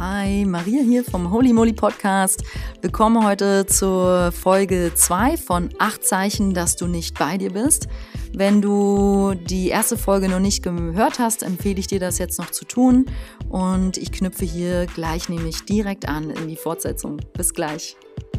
Hi, Maria hier vom Holy Moly Podcast. Willkommen heute zur Folge 2 von 8 Zeichen, dass du nicht bei dir bist. Wenn du die erste Folge noch nicht gehört hast, empfehle ich dir das jetzt noch zu tun. Und ich knüpfe hier gleich nämlich direkt an in die Fortsetzung. Bis gleich.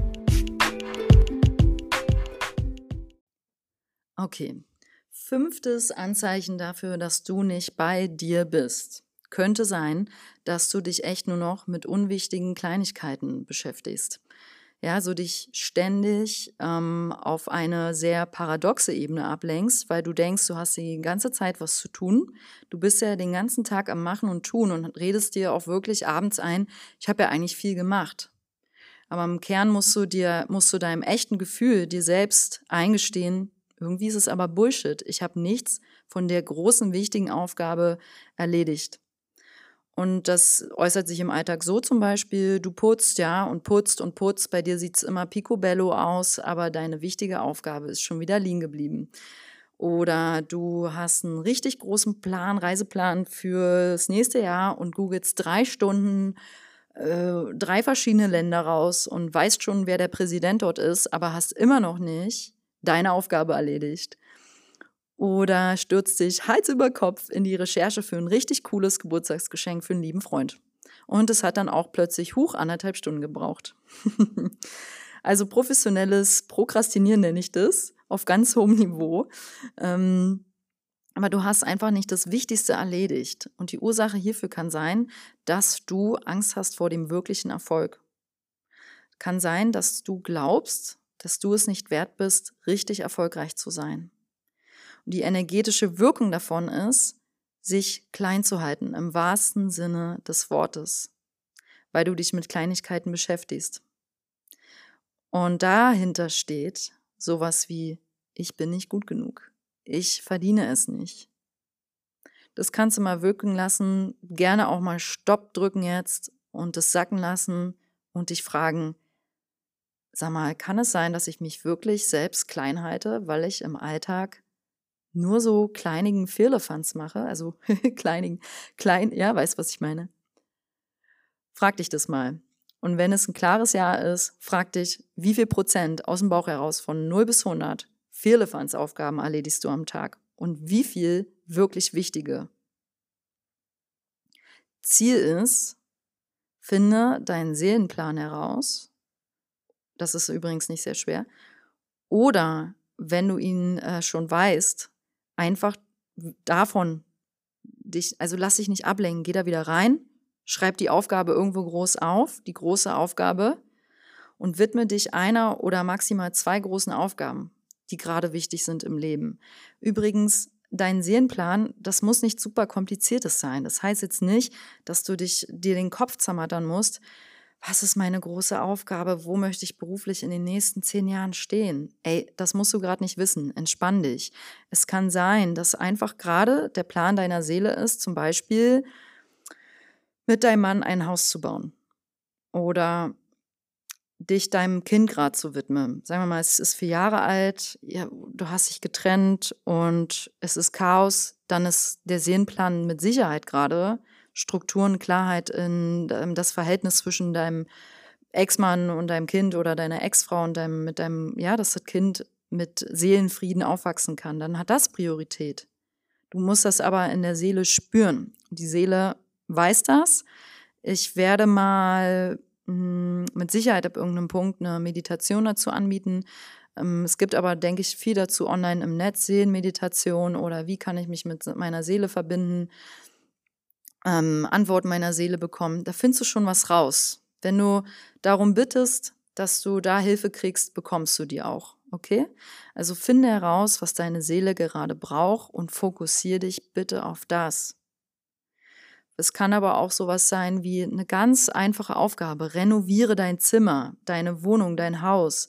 Okay, 5. Anzeichen dafür, dass du nicht bei dir bist. Könnte sein, dass du dich echt nur noch mit unwichtigen Kleinigkeiten beschäftigst. Ja, so dich ständig auf eine sehr paradoxe Ebene ablenkst, weil du denkst, du hast die ganze Zeit was zu tun. Du bist ja den ganzen Tag am Machen und Tun und redest dir auch wirklich abends ein, ich habe ja eigentlich viel gemacht. Aber im Kern musst du deinem echten Gefühl dir selbst eingestehen, irgendwie ist es aber Bullshit. Ich habe nichts von der großen, wichtigen Aufgabe erledigt. Und das äußert sich im Alltag so zum Beispiel, du putzt, ja, und putzt und putzt. Bei dir sieht es immer picobello aus, aber deine wichtige Aufgabe ist schon wieder liegen geblieben. Oder du hast einen richtig großen Reiseplan fürs nächste Jahr und googelst 3 Stunden 3 verschiedene Länder raus und weißt schon, wer der Präsident dort ist, aber hast immer noch nicht deine Aufgabe erledigt. Oder stürzt dich Hals über Kopf in die Recherche für ein richtig cooles Geburtstagsgeschenk für einen lieben Freund. Und es hat dann auch plötzlich 1,5 Stunden gebraucht. Also professionelles Prokrastinieren nenne ich das, auf ganz hohem Niveau. Aber du hast einfach nicht das Wichtigste erledigt. Und die Ursache hierfür kann sein, dass du Angst hast vor dem wirklichen Erfolg. Kann sein, dass du glaubst, dass du es nicht wert bist, richtig erfolgreich zu sein. Und die energetische Wirkung davon ist, sich klein zu halten, im wahrsten Sinne des Wortes, weil du dich mit Kleinigkeiten beschäftigst. Und dahinter steht sowas wie, ich bin nicht gut genug, ich verdiene es nicht. Das kannst du mal wirken lassen, gerne auch mal Stopp drücken jetzt und das sacken lassen und dich fragen, sag mal, kann es sein, dass ich mich wirklich selbst klein halte, weil ich im Alltag nur so kleinigen Firlefanz mache, also ja, weißt, was ich meine. Frag dich das mal. Und wenn es ein klares Ja ist, frag dich, wie viel Prozent aus dem Bauch heraus von 0 bis 100 Firlefanz-Aufgaben erledigst du am Tag und wie viel wirklich wichtige. Ziel ist, finde deinen Seelenplan heraus. Das ist übrigens nicht sehr schwer. Oder wenn du ihn schon weißt, einfach davon also lass dich nicht ablenken, geh da wieder rein, schreib die Aufgabe irgendwo groß auf, die große Aufgabe und widme dich einer oder maximal 2 großen Aufgaben, die gerade wichtig sind im Leben. Übrigens, dein Seelenplan, das muss nicht super kompliziertes sein. Das heißt jetzt nicht, dass du dir den Kopf zermattern musst, was ist meine große Aufgabe? Wo möchte ich beruflich in den nächsten 10 Jahren stehen? Ey, das musst du gerade nicht wissen. Entspann dich. Es kann sein, dass einfach gerade der Plan deiner Seele ist, zum Beispiel mit deinem Mann ein Haus zu bauen oder dich deinem Kind gerade zu widmen. Sagen wir mal, es ist 4 Jahre alt, ja, du hast dich getrennt und es ist Chaos, dann ist der Seelenplan mit Sicherheit gerade Strukturen, Klarheit in das Verhältnis zwischen deinem Ex-Mann und deinem Kind oder deiner Ex-Frau und dass das Kind mit Seelenfrieden aufwachsen kann, dann hat das Priorität. Du musst das aber in der Seele spüren. Die Seele weiß das. Ich werde mal mit Sicherheit ab irgendeinem Punkt eine Meditation dazu anbieten. Es gibt aber, denke ich, viel dazu online im Netz, Seelenmeditation oder wie kann ich mich mit meiner Seele verbinden, Antworten meiner Seele bekommen. Da findest du schon was raus. Wenn du darum bittest, dass du da Hilfe kriegst, bekommst du die auch. Okay? Also finde heraus, was deine Seele gerade braucht und fokussiere dich bitte auf das. Es kann aber auch sowas sein wie eine ganz einfache Aufgabe. Renoviere dein Zimmer, deine Wohnung, dein Haus.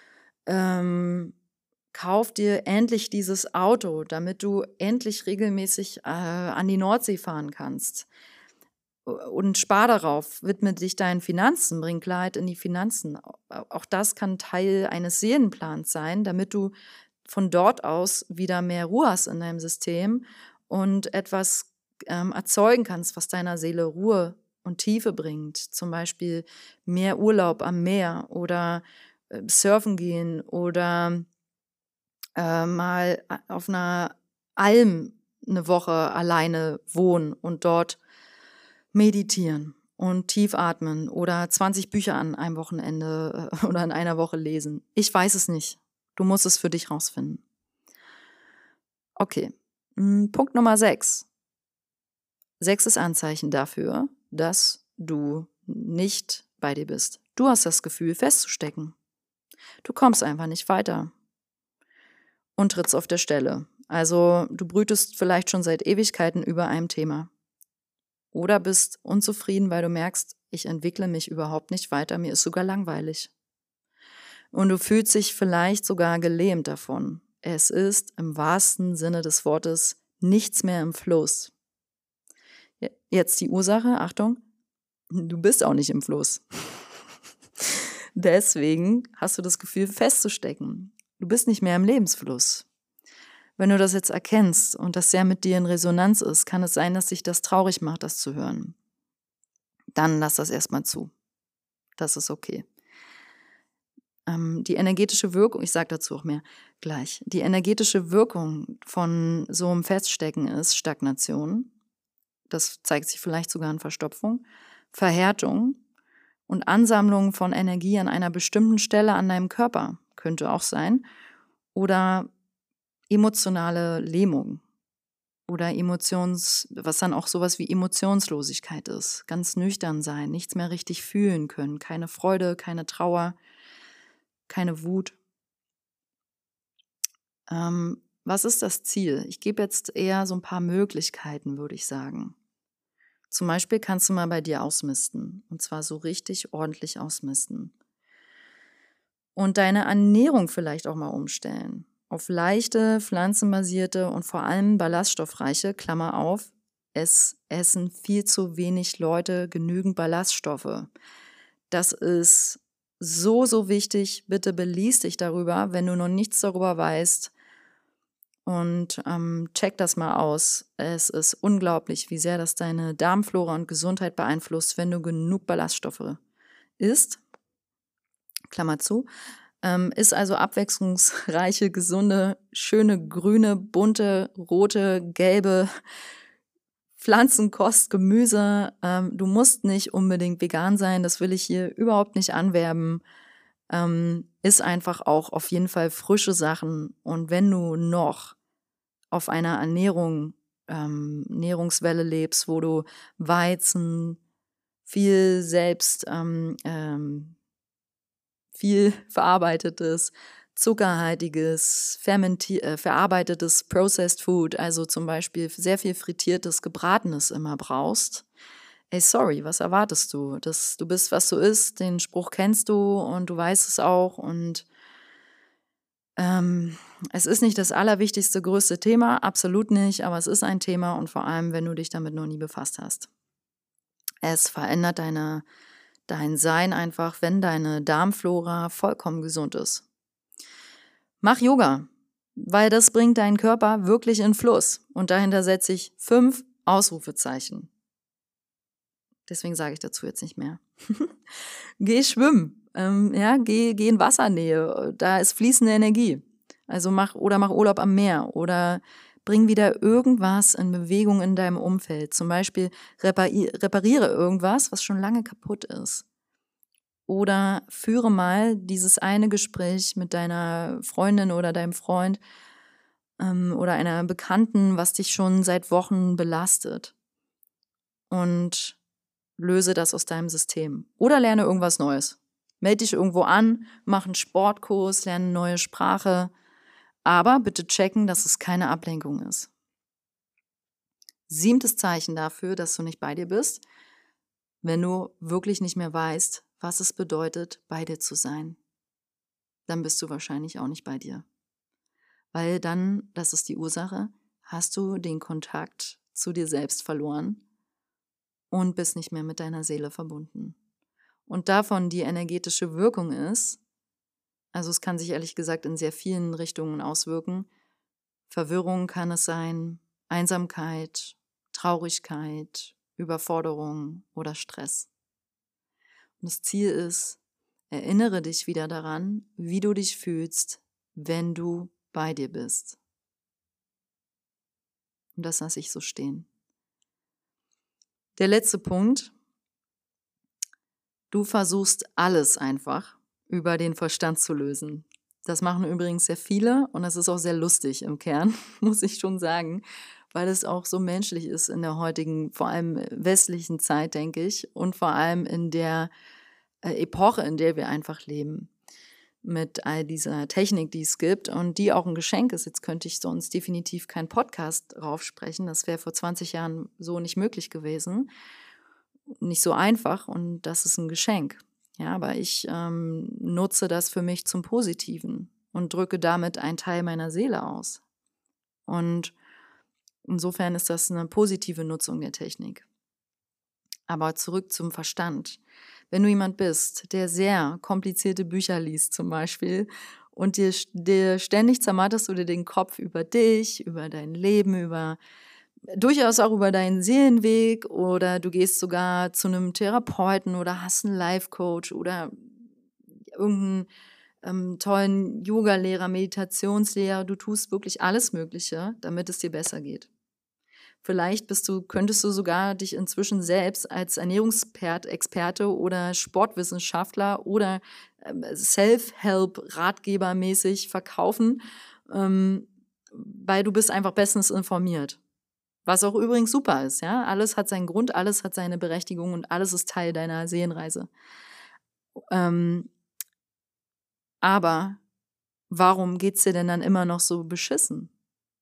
Kauf dir endlich dieses Auto, damit du endlich regelmäßig an die Nordsee fahren kannst. Und spar darauf, widme dich deinen Finanzen, bring Klarheit in die Finanzen. Auch das kann Teil eines Seelenplans sein, damit du von dort aus wieder mehr Ruhe hast in deinem System und etwas erzeugen kannst, was deiner Seele Ruhe und Tiefe bringt, zum Beispiel mehr Urlaub am Meer oder surfen gehen oder mal auf einer Alm eine Woche alleine wohnen und dort meditieren und tief atmen oder 20 Bücher an einem Wochenende oder in einer Woche lesen. Ich weiß es nicht. Du musst es für dich rausfinden. Okay, Punkt Nummer 6. 6 ist Anzeichen dafür, dass du nicht bei dir bist. Du hast das Gefühl, festzustecken. Du kommst einfach nicht weiter und trittst auf der Stelle. Also du brütest vielleicht schon seit Ewigkeiten über einem Thema. Oder bist unzufrieden, weil du merkst, ich entwickle mich überhaupt nicht weiter, mir ist sogar langweilig. Und du fühlst dich vielleicht sogar gelähmt davon. Es ist im wahrsten Sinne des Wortes nichts mehr im Fluss. Jetzt die Ursache, Achtung, du bist auch nicht im Fluss. Deswegen hast du das Gefühl, festzustecken. Du bist nicht mehr im Lebensfluss. Wenn du das jetzt erkennst und das sehr mit dir in Resonanz ist, kann es sein, dass dich das traurig macht, das zu hören. Dann lass das erstmal zu. Das ist okay. Die energetische Wirkung, ich sage dazu auch mehr gleich, die energetische Wirkung von so einem Feststecken ist Stagnation. Das zeigt sich vielleicht sogar in Verstopfung, Verhärtung und Ansammlung von Energie an einer bestimmten Stelle an deinem Körper, könnte auch sein, oder emotionale Lähmung oder was dann auch sowas wie Emotionslosigkeit ist, ganz nüchtern sein, nichts mehr richtig fühlen können, keine Freude, keine Trauer, keine Wut. Was ist das Ziel? Ich gebe jetzt eher so ein paar Möglichkeiten, würde ich sagen. Zum Beispiel kannst du mal bei dir ausmisten, und zwar so richtig ordentlich ausmisten. Und deine Ernährung vielleicht auch mal umstellen. Auf leichte, pflanzenbasierte und vor allem ballaststoffreiche, Klammer auf, es essen viel zu wenig Leute genügend Ballaststoffe. Das ist so, so wichtig. Bitte beließ dich darüber, wenn du noch nichts darüber weißt. Und check das mal aus. Es ist unglaublich, wie sehr das deine Darmflora und Gesundheit beeinflusst, wenn du genug Ballaststoffe isst. Klammer zu. Ist also abwechslungsreiche, gesunde, schöne, grüne, bunte, rote, gelbe Pflanzenkost, Gemüse. Du musst nicht unbedingt vegan sein, das will ich hier überhaupt nicht anwerben. Ist einfach auch auf jeden Fall frische Sachen. Und wenn du noch auf einer Ernährungswelle lebst, wo du Weizen, viel viel verarbeitetes, zuckerhaltiges, verarbeitetes Processed Food, also zum Beispiel sehr viel frittiertes, gebratenes immer brauchst. Ey, sorry, was erwartest du? Du bist, was du isst, den Spruch kennst du und du weißt es auch und es ist nicht das allerwichtigste, größte Thema, absolut nicht, aber es ist ein Thema und vor allem, wenn du dich damit noch nie befasst hast. Es verändert dein Sein einfach, wenn deine Darmflora vollkommen gesund ist. Mach Yoga, weil das bringt deinen Körper wirklich in Fluss und dahinter setze ich 5 Ausrufezeichen. Deswegen sage ich dazu jetzt nicht mehr. Geh schwimmen. Geh in Wassernähe, da ist fließende Energie. Also mach Urlaub am Meer oder bring wieder irgendwas in Bewegung in deinem Umfeld. Zum Beispiel repariere irgendwas, was schon lange kaputt ist. Oder führe mal dieses eine Gespräch mit deiner Freundin oder deinem Freund oder einer Bekannten, was dich schon seit Wochen belastet. Und löse das aus deinem System. Oder lerne irgendwas Neues. Melde dich irgendwo an, mach einen Sportkurs, lerne eine neue Sprache. Aber bitte checken, dass es keine Ablenkung ist. 7. Zeichen dafür, dass du nicht bei dir bist, wenn du wirklich nicht mehr weißt, was es bedeutet, bei dir zu sein. Dann bist du wahrscheinlich auch nicht bei dir. Weil dann, das ist die Ursache, hast du den Kontakt zu dir selbst verloren und bist nicht mehr mit deiner Seele verbunden. Und davon die energetische Wirkung ist, also es kann sich ehrlich gesagt in sehr vielen Richtungen auswirken. Verwirrung kann es sein, Einsamkeit, Traurigkeit, Überforderung oder Stress. Und das Ziel ist, erinnere dich wieder daran, wie du dich fühlst, wenn du bei dir bist. Und das lasse ich so stehen. Der letzte Punkt. Du versuchst alles einfach über den Verstand zu lösen. Das machen übrigens sehr viele und das ist auch sehr lustig im Kern, muss ich schon sagen, weil es auch so menschlich ist in der heutigen, vor allem westlichen Zeit, denke ich, und vor allem in der Epoche, in der wir einfach leben, mit all dieser Technik, die es gibt und die auch ein Geschenk ist. Jetzt könnte ich sonst definitiv keinen Podcast raufsprechen, das wäre vor 20 Jahren so nicht möglich gewesen, nicht so einfach und das ist ein Geschenk. Ja, aber ich nutze das für mich zum Positiven und drücke damit einen Teil meiner Seele aus. Und insofern ist das eine positive Nutzung der Technik. Aber zurück zum Verstand. Wenn du jemand bist, der sehr komplizierte Bücher liest zum Beispiel und dir ständig zermarterst du dir den Kopf über dich, über dein Leben, durchaus auch über deinen Seelenweg oder du gehst sogar zu einem Therapeuten oder hast einen Life-Coach oder irgendeinen tollen Yoga-Lehrer, Meditationslehrer, du tust wirklich alles Mögliche, damit es dir besser geht. Vielleicht könntest du sogar dich inzwischen selbst als Ernährungsexperte oder Sportwissenschaftler oder Self-Help-Ratgeber-mäßig verkaufen, weil du bist einfach bestens informiert. Was auch übrigens super ist, ja. Alles hat seinen Grund, alles hat seine Berechtigung und alles ist Teil deiner Seelenreise. Aber warum geht's dir denn dann immer noch so beschissen?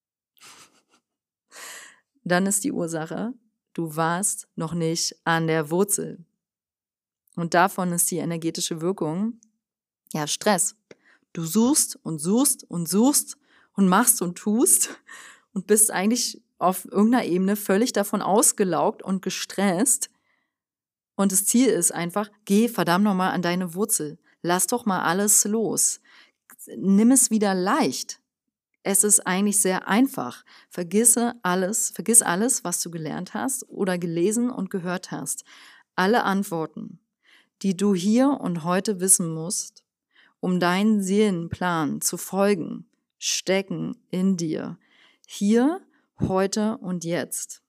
Dann ist die Ursache, du warst noch nicht an der Wurzel. Und davon ist die energetische Wirkung, ja, Stress. Du suchst und suchst und suchst und machst und tust und bist eigentlich auf irgendeiner Ebene völlig davon ausgelaugt und gestresst. Und das Ziel ist einfach, geh verdammt nochmal an deine Wurzel. Lass doch mal alles los. Nimm es wieder leicht. Es ist eigentlich sehr einfach. Vergiss alles, was du gelernt hast oder gelesen und gehört hast. Alle Antworten, die du hier und heute wissen musst, um deinen Seelenplan zu folgen, stecken in dir. Hier, heute und jetzt.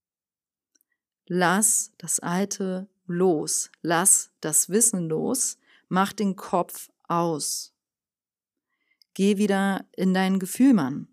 Lass das Alte los. Lass das Wissen los. Mach den Kopf aus. Geh wieder in dein Gefühl, Mann.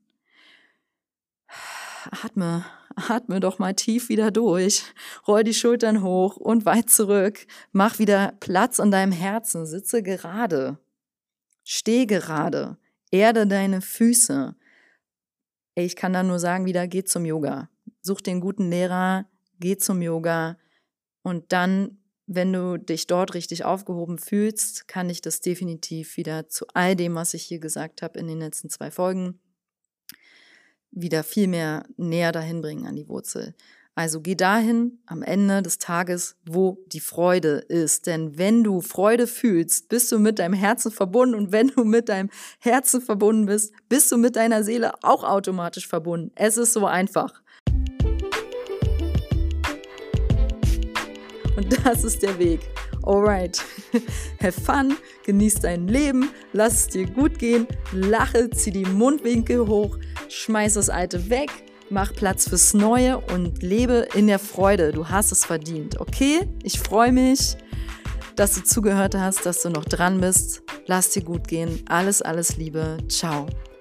Atme doch mal tief wieder durch. Roll die Schultern hoch und weit zurück. Mach wieder Platz in deinem Herzen. Sitze gerade. Steh gerade. Erde deine Füße. Ich kann da nur sagen, wieder geh zum Yoga. Such den guten Lehrer, geh zum Yoga und dann, wenn du dich dort richtig aufgehoben fühlst, kann ich das definitiv wieder zu all dem, was ich hier gesagt habe in den letzten 2 Folgen, wieder viel mehr näher dahin bringen an die Wurzel. Also geh dahin am Ende des Tages, wo die Freude ist. Denn wenn du Freude fühlst, bist du mit deinem Herzen verbunden. Und wenn du mit deinem Herzen verbunden bist, bist du mit deiner Seele auch automatisch verbunden. Es ist so einfach. Und das ist der Weg. Alright. Have fun, genieß dein Leben, lass es dir gut gehen, lache, zieh die Mundwinkel hoch, schmeiß das Alte weg, mach Platz fürs Neue und lebe in der Freude. Du hast es verdient, okay? Ich freue mich, dass du zugehört hast, dass du noch dran bist. Lass dir gut gehen. Alles, alles Liebe. Ciao.